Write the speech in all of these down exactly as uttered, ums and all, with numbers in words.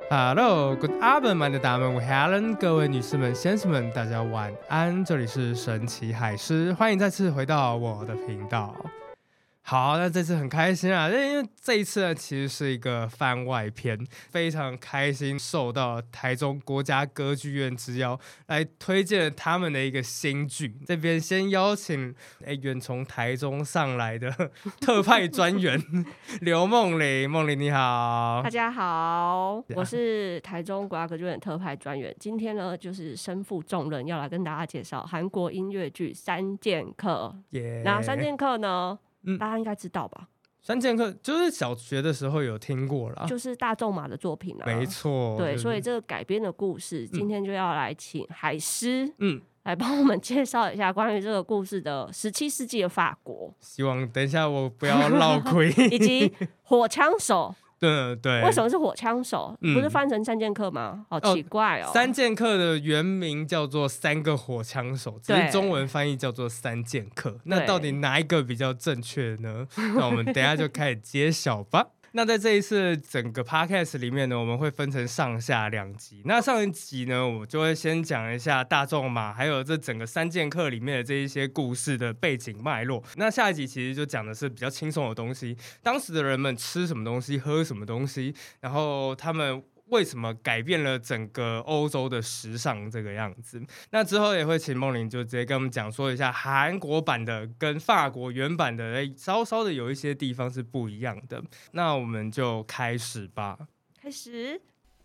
Hello，Good afternoon， 大们，我 Helen， 各位女士们、先生们，大家晚安。这里是神奇海狮，欢迎再次回到我的频道。好，那这次很开心啊，因为这一次呢，其实是一个番外篇，非常开心受到台中国家歌剧院之邀，来推荐他们的一个新剧。这边先邀请哎远从台中上来的特派专员刘梦玲，梦玲你好。 大家好，我是台中国家歌剧院的特派专员。今天呢，就是身负重任，要来跟大家介绍韩国音乐剧《三剑客》。 Yeah. 那《三剑客》呢？嗯、大家应该知道吧？ 三剑客就是小学的时候有听过啦， 就是大仲马的作品啊， 没错。 对， 就是、 所以这个改编的故事，今天就要来请海狮，嗯，来帮我们介绍一下关于这个故事的十七世纪的法国。 希望等一下我不要落亏， 以及火枪手。 对对， 为什么是火枪手？嗯、不是翻成三剑客吗？好奇怪哦。 哦三剑客的原名叫做三个火枪手，只是中文翻译叫做三剑客。那到底哪一个比较正确呢？那我们等一下就开始揭晓吧。那在这一次整个 podcast 里面呢，我们会分成上下两集。那上一集呢，我就会先讲一下大仲马，还有这整个三剑客里面的这一些故事的背景脉络。那下一集其实就讲的是比较轻松的东西，当时的人们吃什么东西，喝什么东西，然后他们为什么改变了整个欧洲的时尚这个样子。那之后也会请梦玲就直接跟我们讲说一下韩国版的跟法国原版的稍稍的有一些地方是不一样的。那我们就开始吧。 开始。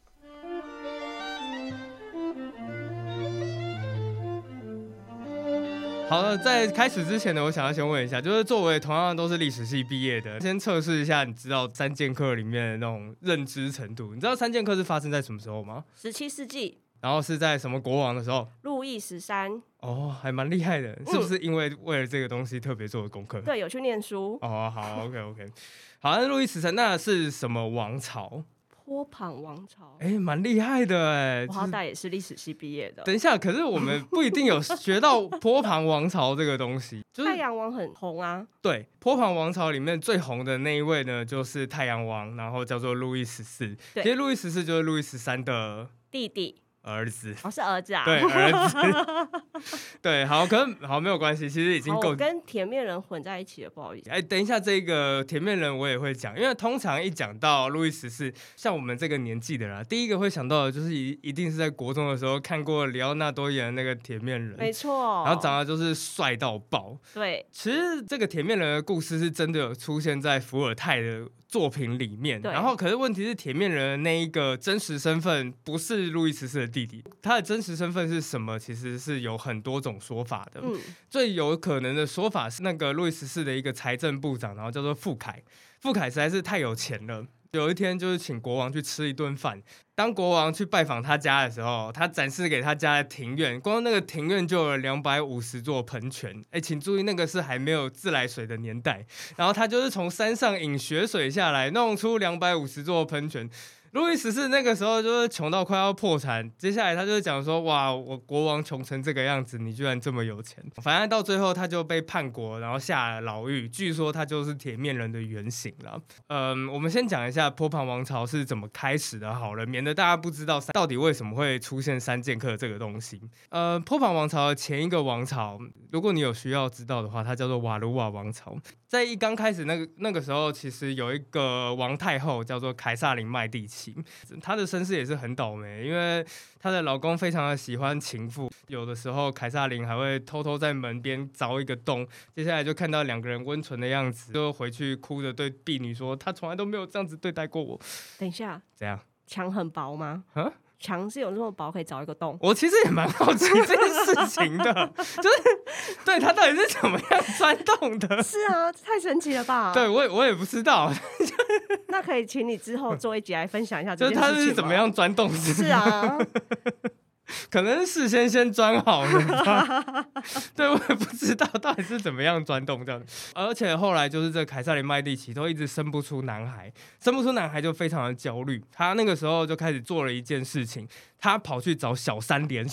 好了，在开始之前呢，我想要先问一下，就是作为同样都是历史系毕业的，先测试一下，你知道三剑客里面的那种认知程度？你知道三剑客是发生在什么时候吗？ 十七世纪。 然后是在什么国王的时候？ 路易十三。 哦，还蛮厉害的，是不是因为为了这个东西特别做的功课？ 对，有去念书。 哦，好 ，OK OK， 好，那路易十三那是什么王朝？ 波旁王朝。 哎，蛮厉害的哎， 我好歹也是历史系毕业的。 等一下，可是我们不一定有学到波旁王朝这个东西。就是、 太阳王很红啊。 对，波旁王朝里面最红的那一位呢，就是太阳王，然后叫做路易十四。其实路易十四就是路易十三的弟弟。 儿子。 哦，是儿子啊。 对，儿子。对，好，可能好没有关系，其实已经够。 我跟甜面人混在一起了，不好意思。 哎，等一下，这个甜面人我也会讲，因为通常一讲到路易十四，像我们这个年纪的人，第一个会想到的就是一一定是在国中的时候看过里奥纳多演的那个甜面人， 没错。 然后长得就是帅到爆。 对， 其实这个甜面人的故事是真的有出现在伏尔泰的作品里面，然后可是问题是甜面人的那一个真实身份不是路易十四的弟弟，他的真实身份是什么？其实是有很多种说法的。嗯、最有可能的说法是那个路易十四的一个财政部长，然后叫做傅凯。傅凯实在是太有钱了，有一天就是请国王去吃一顿饭。当国王去拜访他家的时候，他展示给他家的庭院，光那个庭院就有两百五十座喷泉。哎，请注意，那个是还没有自来水的年代。然后他就是从山上引雪水下来，弄出两百五十座喷泉。路易十四那个时候就是穷到快要破产，接下来他就讲说，哇，我国王穷成这个样子，你居然这么有钱。反正到最后他就被叛国，然后下了牢狱，据说他就是铁面人的原型了。嗯，我们先讲一下波旁王朝是怎么开始的好了，免得大家不知道到底为什么会出现三剑客这个东西。呃，波旁王朝的前一个王朝，如果你有需要知道的话，它叫做瓦卢瓦王朝。在一刚开始那个那个时候，其实有一个王太后叫做凯撒琳麦地奇，她的身世也是很倒霉，因为她的老公非常的喜欢情妇，有的时候凯撒琳还会偷偷在门边凿一个洞，接下来就看到两个人温存的样子，就回去哭着对婢女说，她从来都没有这样子对待过我。 等一下， 怎样？ 墙很薄吗？啊？墙是有那么薄可以凿一个洞？ 我其实也蛮好奇这件事情的，就是对他到底是怎么样钻洞的？ 是啊，太神奇了吧？ 对，我也我也不知道。 那可以请你之后做一集来分享一下这件事情吗？ 就是他是怎么样钻洞？ 是啊。 可能是事先先钻好了，对，我也不知道到底是怎么样钻洞这样。而且后来就是这凯撒琳麦地奇都一直生不出男孩，生不出男孩就非常的焦虑。他那个时候就开始做了一件事情，他跑去找小三联手。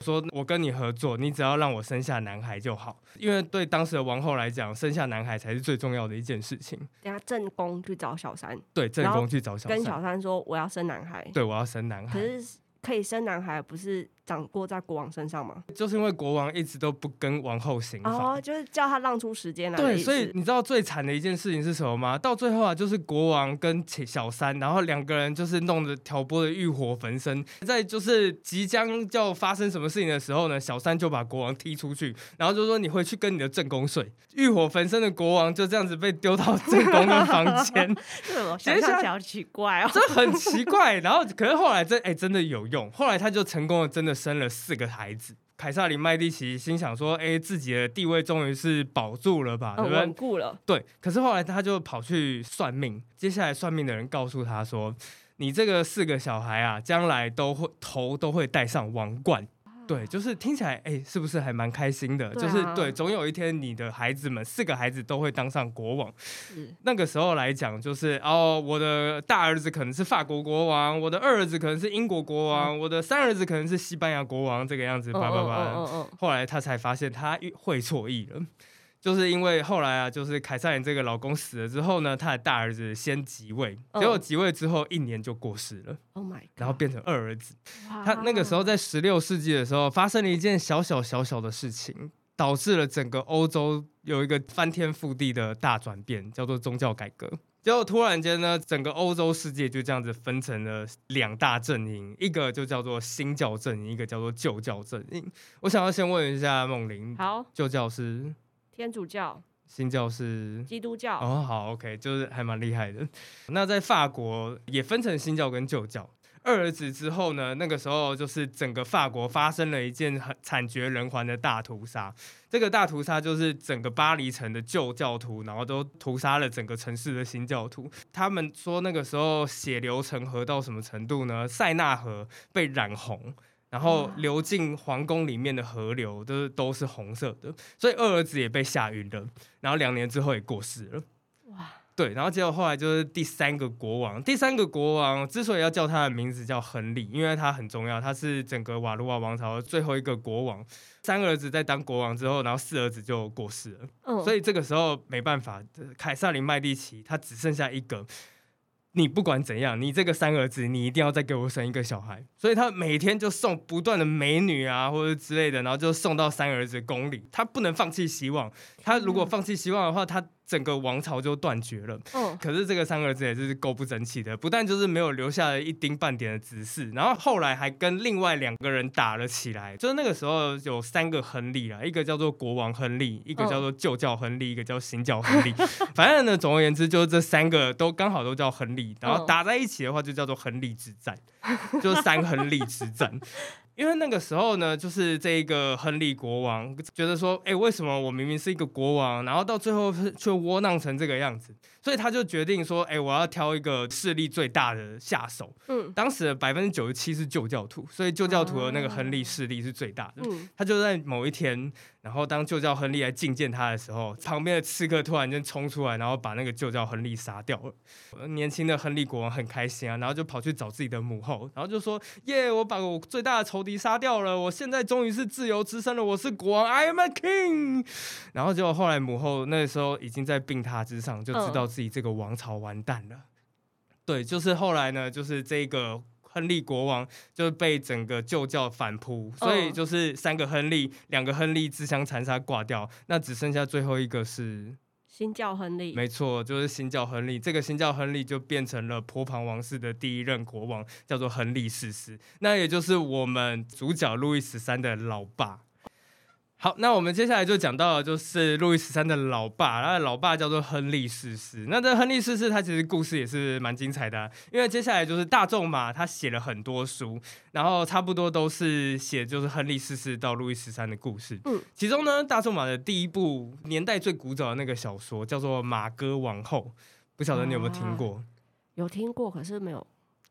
说我跟你合作，你只要让我生下男孩就好，因为对当时的王后来讲，生下男孩才是最重要的一件事情。 等下正宫去找小三， 对，正宫去找小三， 跟小三说我要生男孩， 对，我要生男孩。 可是可以生男孩，不是掌握在国王身上吗？ 就是因为国王一直都不跟王后行房， 哦，就是叫他让出时间来。 对，所以你知道最惨的一件事情是什么吗？到最后啊，就是国王跟小三，然后两个人就是弄得挑拨的欲火焚身。在就是即将要发生什么事情的时候呢，小三就把国王踢出去，然后就说你回去跟你的正宫睡。欲火焚身的国王就这样子被丢到正宫的房间。 这怎么想象起来好奇怪哦？ 这很奇怪。然后可是后来真哎、欸、真的有用，后来他就成功的真的生了四个孩子。凯撒琳麦地奇心想说：“哎、欸，自己的地位终于是保住了吧，对不对？ 稳固了。 对。可是后来他就跑去算命，接下来算命的人告诉他说：‘你这个四个小孩啊，将来都会头都会戴上王冠。’对，就是听起来，哎、欸，是不是还蛮开心的？ 对啊、 就是对，总有一天你的孩子们四个孩子都会当上国王。那个时候来讲，就是哦，我的大儿子可能是法国国王，我的二儿子可能是英国国王，嗯、我的三儿子可能是西班牙国王，这个样子，叭叭叭。后来他才发现他会错意了。就是因为后来啊，就是凯撒琳这个老公死了之后呢，他的大儿子先即位，结果即位之后一年就过世了。 Oh my God， 然后变成二儿子。他那个时候在十六世纪的时候，发生了一件小小小小的事情，导致了整个欧洲有一个翻天覆地的大转变，叫做宗教改革。结果突然间呢，整个欧洲世界就这样子分成了两大阵营，一个就叫做新教阵营，一个叫做旧教阵营。我想要先问一下梦玲， 好， 旧教是？ 天主教， 新教是基督教。 哦，好 ，OK， 就是还蛮厉害的。那在法国也分成新教跟旧教。二儿子之后呢，那个时候就是整个法国发生了一件很惨绝人寰的大屠杀。这个大屠杀就是整个巴黎城的旧教徒，然后都屠杀了整个城市的新教徒。他们说那个时候血流成河到什么程度呢？塞纳河被染红。然后流进皇宫里面的河流都都是红色的，所以二儿子也被吓晕了，然后两年之后也过世了。哇，对，然后结果后来就是第三个国王，第三个国王之所以要叫他的名字叫亨利，因为他很重要，他是整个瓦卢瓦王朝的最后一个国王。三儿子在当国王之后，然后四儿子就过世了，嗯、所以这个时候没办法，凯撒琳麦地奇他只剩下一个。你不管怎样，你这个三儿子，你一定要再给我生一个小孩。所以他每天就送不断的美女啊，或者之类的，然后就送到三儿子宫里。他不能放弃希望，他如果放弃希望的话，他整个王朝就断绝了。嗯、可是这个三儿子也是够不争气的，不但就是没有留下了一丁半点的子嗣，然后后来还跟另外两个人打了起来。就是那个时候有三个亨利啦，一个叫做国王亨利，一个叫做旧教亨利，一个叫新教亨利。反正呢，总而言之，就是这三个都刚好都叫亨利。然后打在一起的话，就叫做亨利之战，就是三亨利之战。因为那个时候呢，就是这一个亨利国王觉得说，哎、欸，为什么我明明是一个国王，然后到最后却窝囊成这个样子？所以他就决定说，哎、欸，我要挑一个势力最大的下手。嗯，当时的百分之九十七是旧教徒，所以旧教徒的那个亨利势力是最大的。嗯，他就在某一天，然后当旧教亨利来觐见他的时候，旁边的刺客突然间冲出来，然后把那个旧教亨利杀掉了。年轻的亨利国王很开心啊，然后就跑去找自己的母后，然后就说：“耶，我把我最大的仇敌杀掉了，我现在终于是自由之身了，我是国王 ，I am a king。”然后结果后来母后那时候已经在病榻之上，就知道自己这个王朝完蛋了。对，就是后来呢，就是这个亨利国王就被整个旧教反扑，所以就是三个亨利，两个亨利自相残杀挂掉，那只剩下最后一个是新教亨利。 没错，就是新教亨利。这个新教亨利就变成了波旁王室的第一任国王，叫做亨利四世，那也就是我们主角路易十三的老爸。好，那我们接下来就讲到的就是路易十三的老爸，他的老爸叫做亨利四世。那这亨利四世他其实故事也是蛮精彩的、啊，因为接下来就是大仲马他写了很多书，然后差不多都是写就是亨利四世到路易十三的故事。嗯，其中呢，大仲马的第一部年代最古早的那个小说叫做《马歌王后》，不晓得你有没有听过？ 啊、有听过，可是没有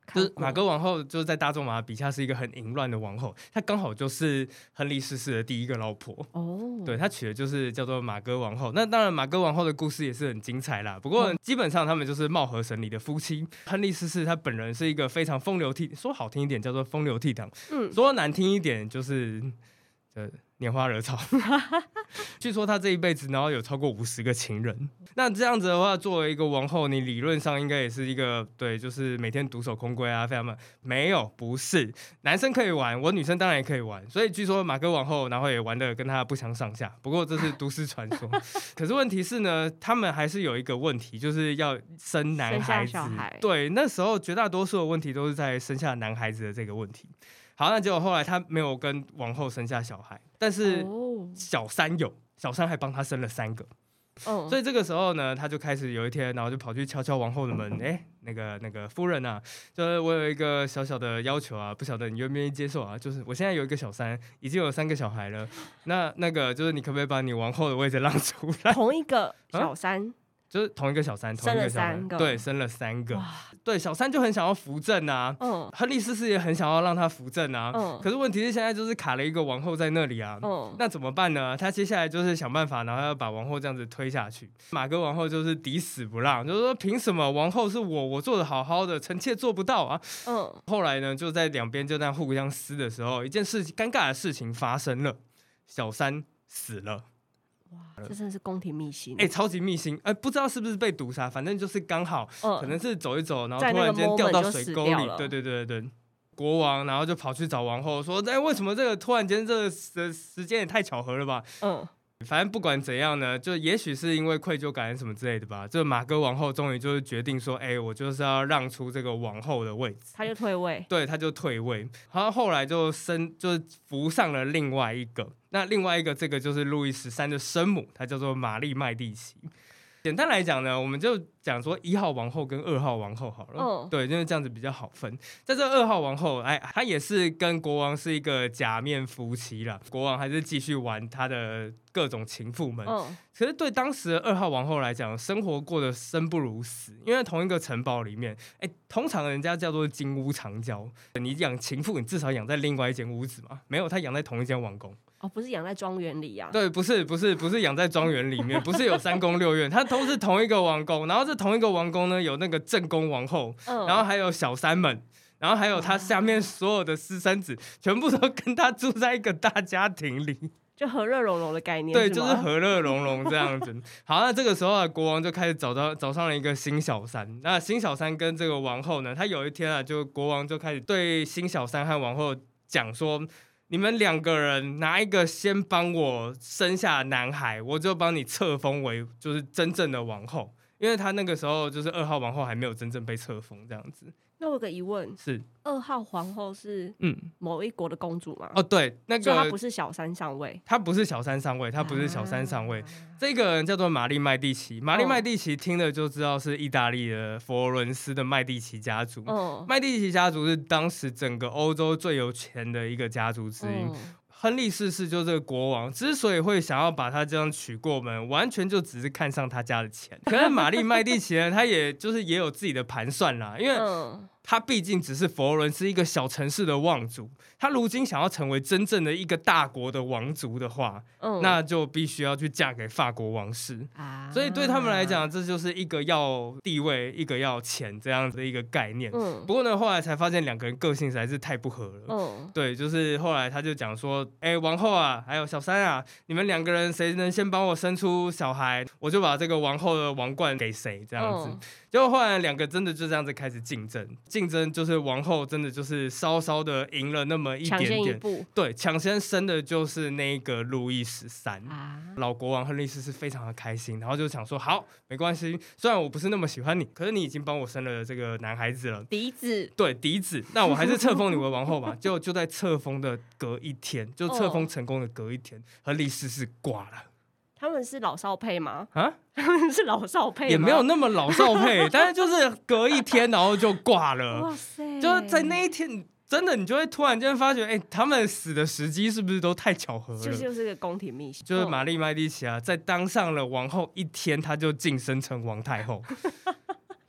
就是玛格王后，就是在大仲马笔下是一个很淫乱的王后，她刚好就是亨利四世的第一个老婆哦。对，她娶的就是叫做玛格王后。那当然，玛格王后的故事也是很精彩啦。不过基本上他们就是貌合神离的夫妻。亨利四世他本人是一个非常风流倜，说好听一点叫做风流倜傥，嗯，说难听一点就是呃拈花惹草。据说他这一辈子然后有超过五十个情人。那这样子的话，作为一个王后，你理论上应该也是一个对，就是每天独守空闺啊，非常慢。没有，不是，男生可以玩，我女生当然也可以玩。所以据说玛格王后然后也玩的跟他不相上下。不过这是都市传说。可是问题是呢，他们还是有一个问题，就是要生男孩子。 孩对，那时候绝大多数的问题都是在生下男孩子的这个问题。好，那结果后来他没有跟王后生下小孩，但是小三有，小三还帮他生了三个。哦、所以这个时候呢，他就开始有一天，然后就跑去敲敲王后的门，哎、欸，那个那个夫人啊，就是我有一个小小的要求啊，不晓得你愿不愿意接受啊？就是我现在有一个小三，已经有三个小孩了，那那个就是你可不可以把你王后的位置让出来？ 同一个小三。啊就是同一个小三，同一个小三，对，生了三个，对，小三就很想要扶正啊，嗯，亨利四世也很想要让他扶正啊，嗯，可是问题是现在就是卡了一个王后在那里啊，嗯，那怎么办呢？他接下来就是想办法，然后要把王后这样子推下去。玛格王后就是抵死不让，就是说凭什么王后是我，我做的好好的，臣妾做不到啊，嗯，后来呢，就在两边就这样互相撕的时候，一件事情尴尬的事情发生了，小三死了。 哇，这真的是宫廷秘辛， 哎、欸，超级秘辛，哎、欸，不知道是不是被毒杀，反正就是刚好、嗯，可能是走一走，然后突然间掉到水沟里，对对对对，国王然后就跑去找王后说，哎、欸，为什么这个突然间这个时时间也太巧合了吧？嗯。反正不管怎样呢，就也许是因为愧疚感什么之类的吧，就玛格王后终于就是决定说，哎、欸，我就是要让出这个王后的位置， 他就退位， 对，他就退位，然后后来就升，就扶上了另外一个，那另外一个这个就是路易十三的生母，她叫做玛丽麦蒂奇。简单来讲呢，我们就讲说一号王后跟二号王后好了，哦、对，因为这样子比较好分。在这二号王后，哎，她也是跟国王是一个假面夫妻啦，国王还是继续玩他的各种情妇们。哦、可是对当时的二号王后来讲，生活过得生不如死，因为同一个城堡里面，哎，通常人家叫做金屋藏娇，你养情妇，你至少养在另外一间屋子嘛，没有，他养在同一间王宫。 哦，不是养在庄园里啊？ 对，不是，不是，不是养在庄园里面，不是有三宫六院，它都是同一个王宫。然后这同一个王宫呢，有那个正宫王后，嗯、然后还有小三们，然后还有他下面所有的私生子，全部都跟他住在一个大家庭里， 就和乐融融的概念。 对，就是和乐融融这样子。好，那这个时候啊，国王就开始找到找上了一个新小三。那新小三跟这个王后呢，他有一天啊，就国王就开始对新小三和王后讲说，你们两个人哪一个先帮我生下男孩，我就帮你册封为就是真正的王后，因为他那个时候就是二号王后还没有真正被册封这样子。 那我有个疑问是， 二号皇后是嗯某一国的公主吗？ 哦，对，那个她不是小三上位， 她不是小三上位，她不是小三上位。啊、这个人叫做玛丽麦蒂奇，玛丽麦蒂奇听了就知道是意大利的佛罗伦斯的麦蒂奇家族。哦、麦蒂奇家族是当时整个欧洲最有钱的一个家族之一。哦、亨利四世就这个国王之所以会想要把他这样娶过门，完全就只是看上他家的钱。可是玛丽麦蒂奇呢，他也就是也有自己的盘算啦，因为他毕竟只是佛罗伦斯一个小城市的望族，他如今想要成为真正的一个大国的王族的话，嗯、那就必须要去嫁给法国王室、啊、所以对他们来讲，这就是一个要地位，一个要钱这样子的一个概念。嗯、不过呢，后来才发现两个人个性实在是太不合了。嗯、对，就是后来他就讲说，哎、欸，王后啊，还有小三啊，你们两个人谁能先帮我生出小孩，我就把这个王后的王冠给谁这样子。嗯、结果后来两个真的就这样子开始竞争。竞争就是王后真的就是稍稍的赢了那么一点点， 抢先一步， 对，抢先生的就是那个路易十三、啊、老国王亨利四世非常的开心，然后就想说好，没关系，虽然我不是那么喜欢你，可是你已经帮我生了这个男孩子了， 嫡子， 对，嫡子，那我还是册封你为王后吧。就就在册封的隔一天，就册封成功的隔一天，亨利四世挂了。 他们是老少配吗？啊，他们是老少配吗？ 也没有那么老少配，但是就是隔一天，然后就挂了。哇塞！就是在那一天，真的你就会突然间发觉，哎、欸，他们死的时机是不是都太巧合了？ 这就是个宫廷秘辛。 就是玛丽麦蒂奇啊，在当上了王后一天，她就晋升成王太后。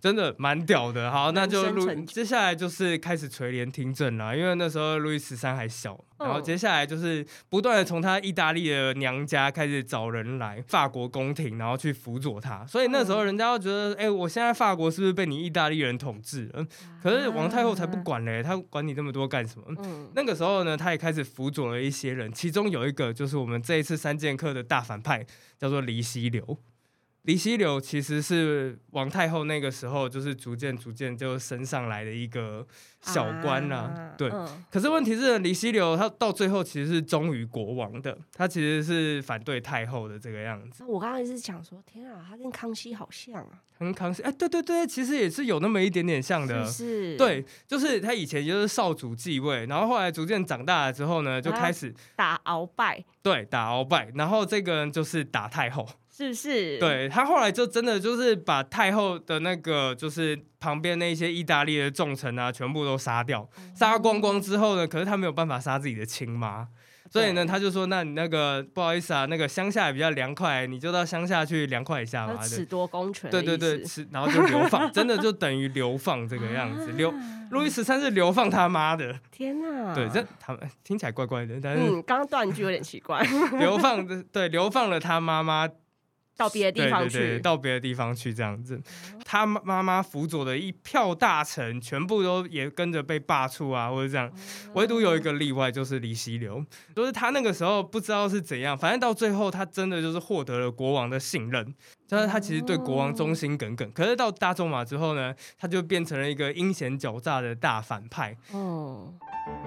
真的蛮屌的。好，那就路接下来就是开始垂帘听政啦，因为那时候路易十三还小，然后接下来就是不断的从他意大利的娘家开始找人来法国宫廷，然后去辅佐他。所以那时候人家就觉得，哎、欸，我现在法国是不是被你意大利人统治了？可是王太后才不管嘞，他管你这么多干什么？嗯、那个时候呢，他也开始辅佐了一些人，其中有一个就是我们这一次三剑客的大反派，叫做黎西流。黎西流其实是王太后那个时候就是逐渐逐渐就升上来的一个小官啦、啊啊，对、嗯。可是问题是，黎西流他到最后其实是忠于国王的，他其实是反对太后的这个样子。 我刚才是想说，天啊，他跟康熙好像啊， 跟康熙，哎，对对对，其实也是有那么一点点像的， 是是， 对，就是他以前就是少主继位，然后后来逐渐长大了之后呢，就开始打鳌拜， 对，打鳌拜，然后这个人就是打太后。 是不是？ 对，他后来就真的就是把太后的那个就是旁边那些意大利的重臣啊，全部都杀掉，杀光光之后呢，可是他没有办法杀自己的亲妈，所以呢，他就说：“那你那个不好意思啊，那个乡下也比较凉快，你就到乡下去凉快一下嘛。” 褫夺公权， 对对对，然后就流放，真的就等于流放这个样子。流路易十三是流放他妈的， 天哪！ 对，这他们听起来怪怪的，但是嗯，刚刚断句有点奇怪。 流放的对，流放了他妈妈。 到别的地方去， 对对对，到别的地方去这样子，他妈妈辅佐的一票大臣，全部都也跟着被罢黜啊，或者这样，唯独有一个例外，就是黎西流，就是他那个时候不知道是怎样，反正到最后他真的就是获得了国王的信任，就是他其实对国王忠心耿耿。可是到大仲马之后呢，他就变成了一个阴险狡诈的大反派。哦。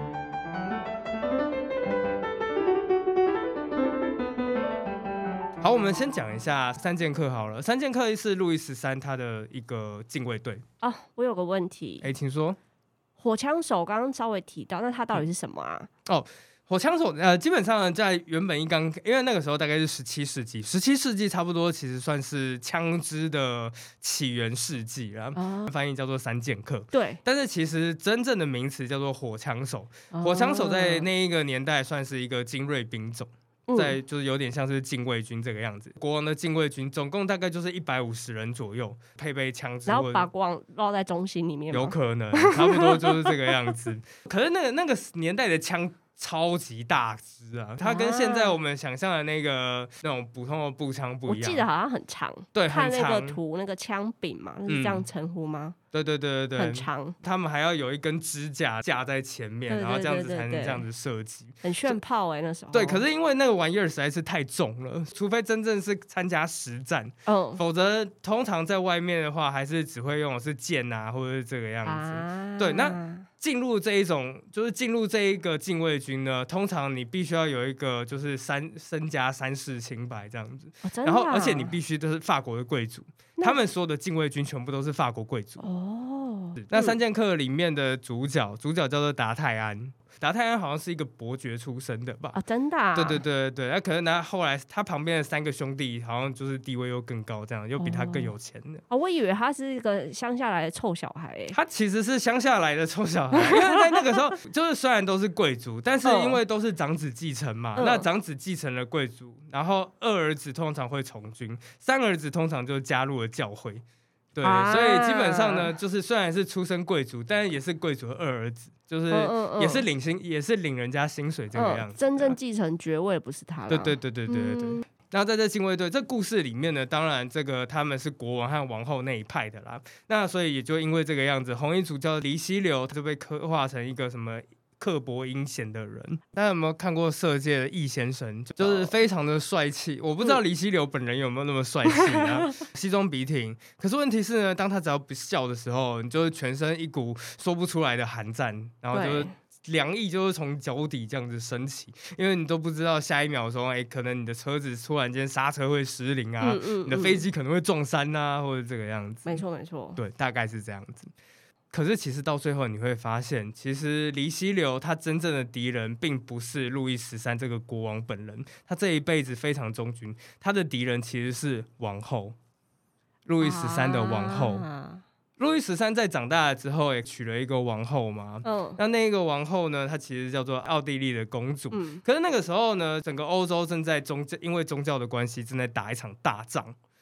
好，我们先讲一下三剑客好了。三剑客是路易十三他的一个禁卫队。 哦，我有个问题。 哎，请说。 火枪手刚刚稍微提到，那它到底是什么啊？ 嗯、哦，火枪手呃，基本上在原本一刚，因为那个时候大概是十七世纪，十七世纪差不多其实算是枪支的起源世纪啦，哦、翻译叫做三剑客。 对， 但是其实真正的名词叫做火枪手。火枪手在那一个年代算是一个精锐兵种。在就是有点像是禁卫军这个样子，国王的禁卫军总共大概就是一百五十人左右，配备枪支， 然后把国王绕在中心里面吗？ 有可能，差不多就是这个样子。可是那个那个年代的枪超级大支啊，它跟现在我们想象的那个那种普通的步枪不一样。 我记得好像很长， 对， 看那个图，那个枪柄嘛，是这样称呼吗？ 嗯对对对对对， 很长， 他们还要有一根支架架在前面，对对对对对，然后这样子才能这样子射击， 很炫炮哎、欸、那时候。 对，可是因为那个玩意儿实在是太重了，除非真正是参加实战，嗯，否则通常在外面的话，还是只会用的是剑啊，或者是这个样子。啊、对，那进入这一种就是进入这一个禁卫军呢，通常你必须要有一个就是三身家三世清白这样子， 哦真的啊、 然后而且你必须都是法国的贵族。他们所有的禁卫军全部都是法国贵族哦。那三剑客里面的主角，主角叫做达泰安。达泰安好像是一个伯爵出身的吧？ 啊、哦，真的、啊？ 对对对对，那可能他后来他旁边的三个兄弟好像就是地位又更高，这样又比他更有钱的。 哦，我以为他是一个乡下来的臭小孩、欸。 他其实是乡下来的臭小孩，因为在那个时候，就是虽然都是贵族，但是因为都是长子继承嘛，嗯、那长子继承了贵族，然后二儿子通常会从军，三儿子通常就加入了教会。对，啊、所以基本上呢，就是虽然是出身贵族，但是也是贵族的二儿子，就是也是领薪，嗯嗯嗯也是领人家薪水这个样子、啊嗯。 真正继承爵位不是他了。 对对对对对对对。嗯、然后在这禁卫队这故事里面呢，当然这个他们是国王和王后那一派的啦。那所以也就因为这个样子，红衣主教黎西流就被刻画成一个什么？刻薄阴险的人，大家有没有看过《色戒》的易先生？就是非常的帅气。我不知道黎西流本人有没有那么帅气啊，西装笔挺。可是问题是呢，当他只要不笑的时候，你就是全身一股说不出来的寒战，然后就是凉意就是从脚底这样子升起，因为你都不知道下一秒钟，哎、欸，可能你的车子突然间刹车会失灵啊，嗯嗯嗯，你的飞机可能会撞山啊，或者这个样子。 没错没错， 对，大概是这样子。可是其实到最后你会发现，其实黎西流他真正的敌人并不是路易十三这个国王本人，他这一辈子非常忠君，他的敌人其实是王后，路易十三的王后。啊、路易十三在长大了之后也娶了一个王后嘛，嗯、那那个王后呢，她其实叫做奥地利的公主。嗯、可是那个时候呢，整个欧洲正在宗教因为宗教的关系正在打一场大仗。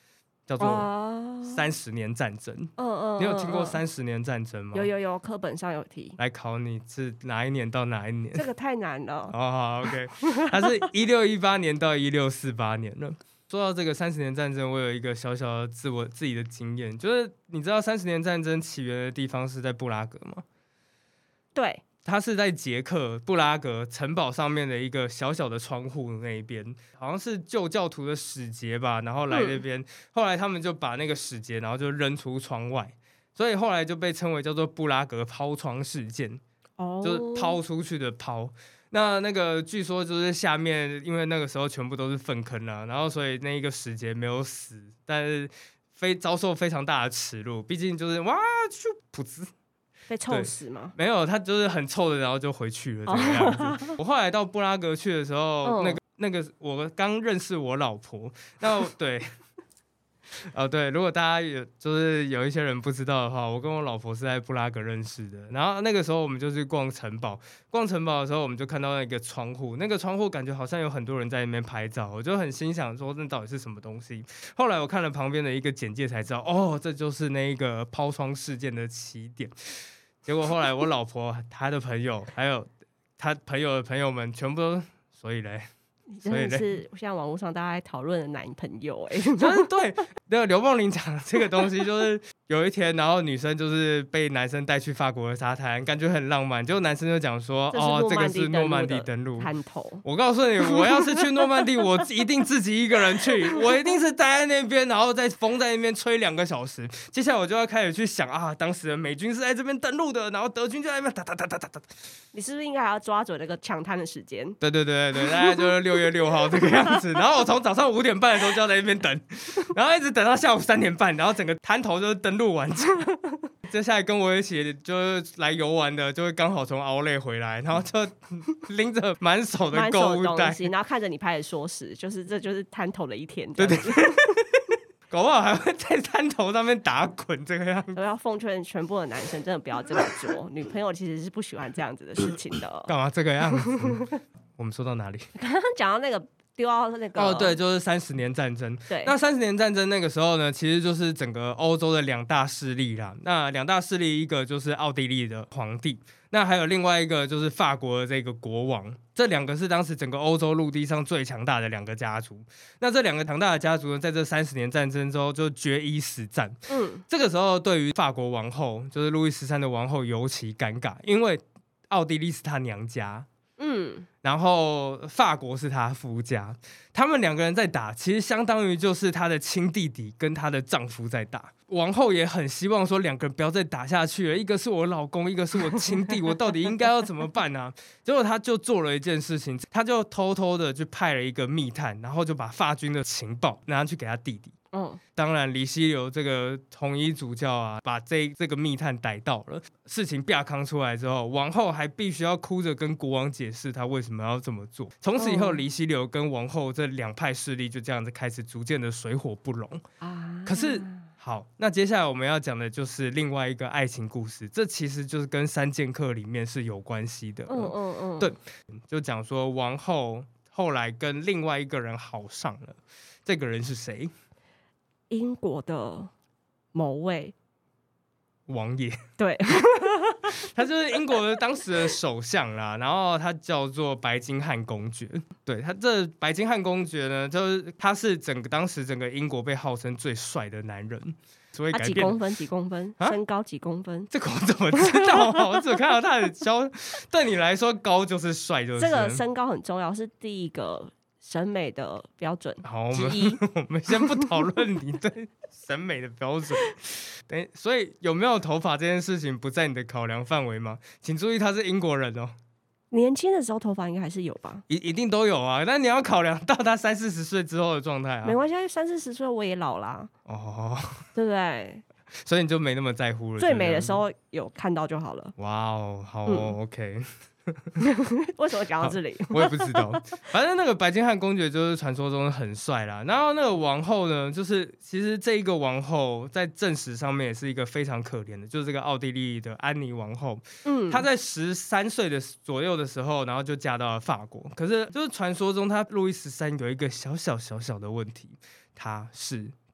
叫做三十年战争。 嗯嗯， 你有听过三十年战争吗？ 有有有，课本上有提。 来考你是哪一年到哪一年？ 这个太难了。 哦好 ，OK， 它是一六一八年到一六四八年了。说到这个三十年战争，我有一个小小的自我自己的经验，就是你知道三十年战争起源的地方是在布拉格吗？ 对。 它是在捷克布拉格城堡上面的一个小小的窗户那一边，好像是旧教徒的使节吧，然后来那边、嗯，后来他们就把那个使节，然后就扔出窗外，所以后来就被称为叫做布拉格抛窗事件，哦、就是抛出去的抛。那那个据说就是下面，因为那个时候全部都是粪坑啊，然后所以那一个使节没有死，但是非遭受非常大的耻辱，毕竟就是哇就噗呲。 被臭死吗？ 没有，他就是很臭的，然后就回去了这个样子。我后来到布拉格去的时候，哦、那个那个我刚认识我老婆，那对，哦对，如果大家有就是有一些人不知道的话，我跟我老婆是在布拉格认识的。然后那个时候我们就去逛城堡，逛城堡的时候我们就看到那个窗户，那个窗户感觉好像有很多人在那边拍照，我就很心想说那到底是什么东西？后来我看了旁边的一个简介才知道，哦，这就是那一个抛窗事件的起点。结果后来我老婆、她的朋友，还有她朋友的朋友们，全部都，所以嘞， 真的是现在网络上大家在讨论的男朋友哎、欸， 就是对，那个刘梦玲讲的这个东西，就是有一天，然后女生就是被男生带去法国的沙滩，感觉很浪漫，结果男生就讲说，哦，这个是诺曼底登陆滩头。 我告诉你，我要是去诺曼底，我一定自己一个人去，我一定是待在那边，然后在风在那边吹两个小时。接下来我就要开始去想啊，当时的美军是在这边登陆的，然后德军就在那边哒哒哒哒哒哒。 你是不是应该还要抓准那个抢滩的时间？ 对对对对，大概就是六月六号这个样子。然后我从早上五点半的时候就要在那边等，然后一直等到下午三点半，然后整个滩头就是登陆完成。接下来跟我一起就是来游玩的，就会刚好从奥莱回来，然后就拎着满手的购物袋， 然后看着你拍的说时，就是这就是滩头的一天。 对对。搞不好还会在滩头上面打滚这个样子。 我要奉劝全部的男生真的不要这么做，女朋友其实是不喜欢这样子的事情的。 干嘛这个样子？我们说到哪里？ 刚刚讲到那个丢到那个哦，对，就是三十年战争。 对， 那三十年战争那个时候呢，其实就是整个欧洲的两大势力啦。那两大势力，一个就是奥地利的皇帝，那还有另外一个就是法国的这个国王。这两个是当时整个欧洲陆地上最强大的两个家族。那这两个强大的家族呢，在这三十年战争之后就决一死战。嗯，这个时候对于法国王后，就是路易十三的王后尤其尴尬，因为奥地利是他娘家。嗯，然后法国是他夫家，他们两个人在打，其实相当于就是他的亲弟弟跟他的丈夫在打。王后也很希望说两个人不要再打下去了，一个是我老公，一个是我亲弟，我到底应该要怎么办啊？结果他就做了一件事情，他就偷偷的去派了一个密探，然后就把法军的情报拿去给他弟弟。嗯，当然，黎西流这个红衣主教啊，把这这个密探逮到了。事情啪康出来之后，王后还必须要哭着跟国王解释他为什么要这么做。从此以后，黎西流跟王后这两派势力就这样子开始逐渐的水火不容啊。可是，好，那接下来我们要讲的就是另外一个爱情故事，这其实就是跟三剑客里面是有关系的。嗯嗯嗯，对，就讲说王后后来跟另外一个人好上了，这个人是谁？ 英国的某位王爷， 对， 他就是英国的当时的首相啦，然后他叫做白金汉公爵。对，他这白金汉公爵呢，就是他是整个当时整个英国被号称最帅的男人。所以改变他几公分？几公分？啊、身高几公分？ 这个我怎么知道啊？我只看到他的腰。对你来说，高就是帅，就是这个身高很重要，是第一个审美的标准。 好，我们我们先不讨论你对审美的标准。等，所以有没有头发这件事情不在你的考量范围吗？请注意，他是英国人哦。 年轻的时候头发应该还是有吧？ 一一定都有啊，但你要考量到他三四十岁之后的状态啊。 没关系，三四十岁我也老啦。哦，对不对？ 所以你就没那么在乎了。 最美的时候有看到就好了。 哇哦，好哦、嗯、，OK。 为什么讲到这里？ 我也不知道。反正那个白金汉公爵就是传说中很帅啦。然后那个王后呢，就是其实这一个王后在正史上面也是一个非常可怜的，就是这个奥地利的安妮王后。嗯，她在十三岁的左右的时候，然后就嫁到了法国。可是就是传说中，她路易十三有一个小小小小的问题，她是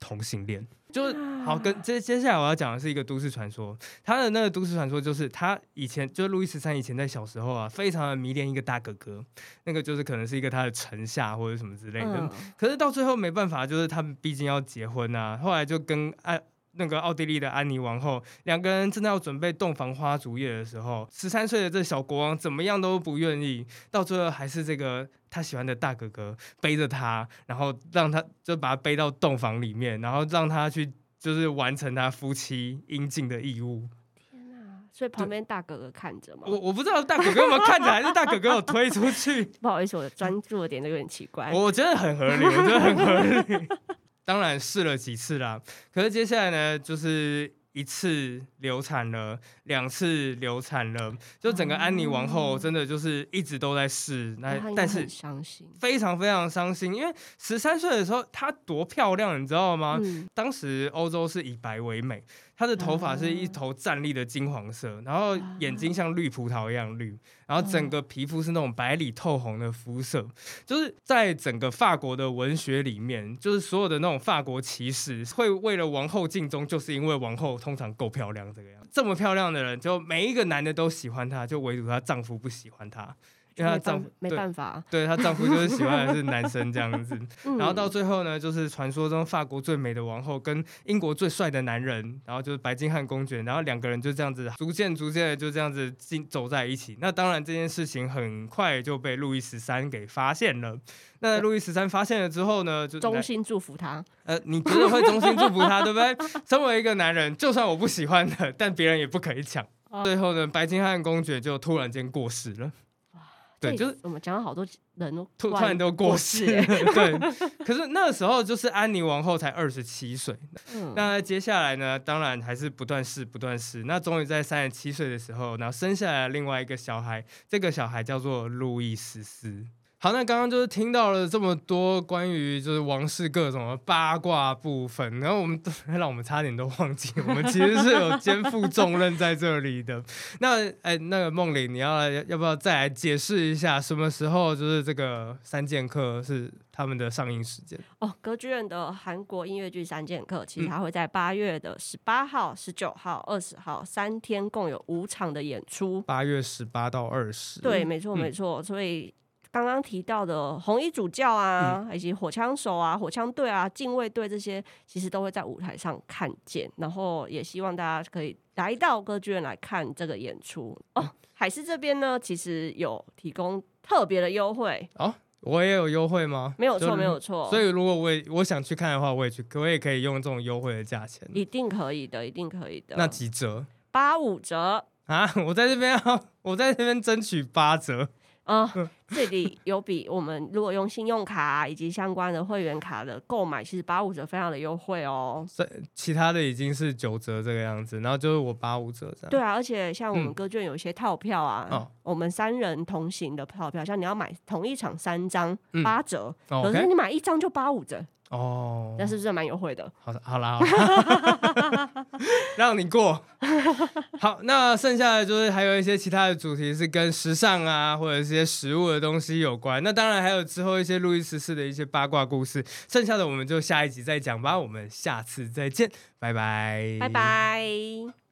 同性恋。就是好，跟接接下来我要讲的是一个都市传说。他的那个都市传说就是他以前就是路易十三以前在小时候啊，非常的迷恋一个大哥哥，那个就是可能是一个他的臣下或者什么之类的。嗯、可是到最后没办法，就是他们毕竟要结婚啊，后来就跟爱。那个奥地利的安妮王后，两个人正在要准备洞房花烛夜的时候，十三岁的这小国王怎么样都不愿意，到最后还是这个他喜欢的大哥哥背着他，然后让他就把他背到洞房里面，然后让他去就是完成他夫妻应尽的义务。 天哪！所以旁边大哥哥看着吗？ 我我不知道大哥哥有没有看着，还是大哥哥有推出去。 不好意思，我的专注的点都有点奇怪。 我觉得很合理，我觉得很合理。当然试了几次啦，可是接下来呢，就是一次流产了，两次流产了，就整个安妮王后真的就是一直都在试，那、哦、但是非常非常伤心，因为十三岁的时候她多漂亮，你知道吗？嗯、当时欧洲是以白为美，她的头发是一头站立的金黄色，然后眼睛像绿葡萄一样绿，然后整个皮肤是那种白里透红的肤色，就是在整个法国的文学里面，就是所有的那种法国骑士会为了王后尽忠，就是因为王后通常够漂亮这个样子。这么漂亮的人，就每一个男的都喜欢她，就唯独她丈夫不喜欢她。因为她丈夫没办法， 对她丈夫就是喜欢的是男生这样子，嗯、然后到最后呢，就是传说中法国最美的王后跟英国最帅的男人，然后就是白金汉公爵，然后两个人就这样子逐渐逐渐的就这样子走在一起。那当然这件事情很快就被路易十三给发现了。那路易十三发现了之后呢，就衷心祝福他。 呃，你觉得会衷心祝福他，对不对？身为一个男人，就算我不喜欢的，但别人也不可以抢。哦、最后呢，白金汉公爵就突然间过世了。对，就是我们讲到好多人都突然都过世了，对。可是那个时候就是安妮王后才二十七岁，嗯、那接下来呢，当然还是不断试，不断试。那终于在三十七岁的时候，然后生下来另外一个小孩，这个小孩叫做路易十四。好，那刚刚就是听到了这么多关于就是王室各种的八卦部分，然后我们让我们差点都忘记，我们其实是有肩负重任在这里的。那哎，那个梦玲，你要要不要再来解释一下，什么时候就是这个三剑客是他们的上映时间？ 哦，歌剧院的韩国音乐剧《三剑客》其实它会在八月的十八号、十九号、二十号三天共有五场的演出。 八月十八到二十， 对，没错没错，嗯、所以。刚刚提到的红衣主教啊，嗯、以及火枪手啊、火枪队啊、禁卫队这些，其实都会在舞台上看见。然后也希望大家可以来到歌剧院来看这个演出哦。海狮这边呢，其实有提供特别的优惠哦。我也有优惠吗？ 没有错，没有错。 所以如果我也我想去看的话，我也去，我也可以用这种优惠的价钱。 一定可以的，一定可以的。 那几折？ 八五折啊！我在这边要，我在这边争取八折。 呃，这里有比我们如果用信用卡、啊、以及相关的会员卡的购买，其实八五折非常的优惠哦。 其他的已经是九折这个样子，然后就是我八五折这样。 对啊，而且像我们歌剧有一些套票啊，嗯、我们三人同行的套票，像你要买同一场三张八折，嗯、可是你买一张就八五折。哦，那是不是蛮优惠的？ 好的，好啦，好啦让你过。好，那剩下的就是还有一些其他的主题是跟时尚啊，或者一些食物的东西有关。那当然还有之后一些路易十四的一些八卦故事，剩下的我们就下一集再讲吧。我们下次再见，拜拜， 拜拜。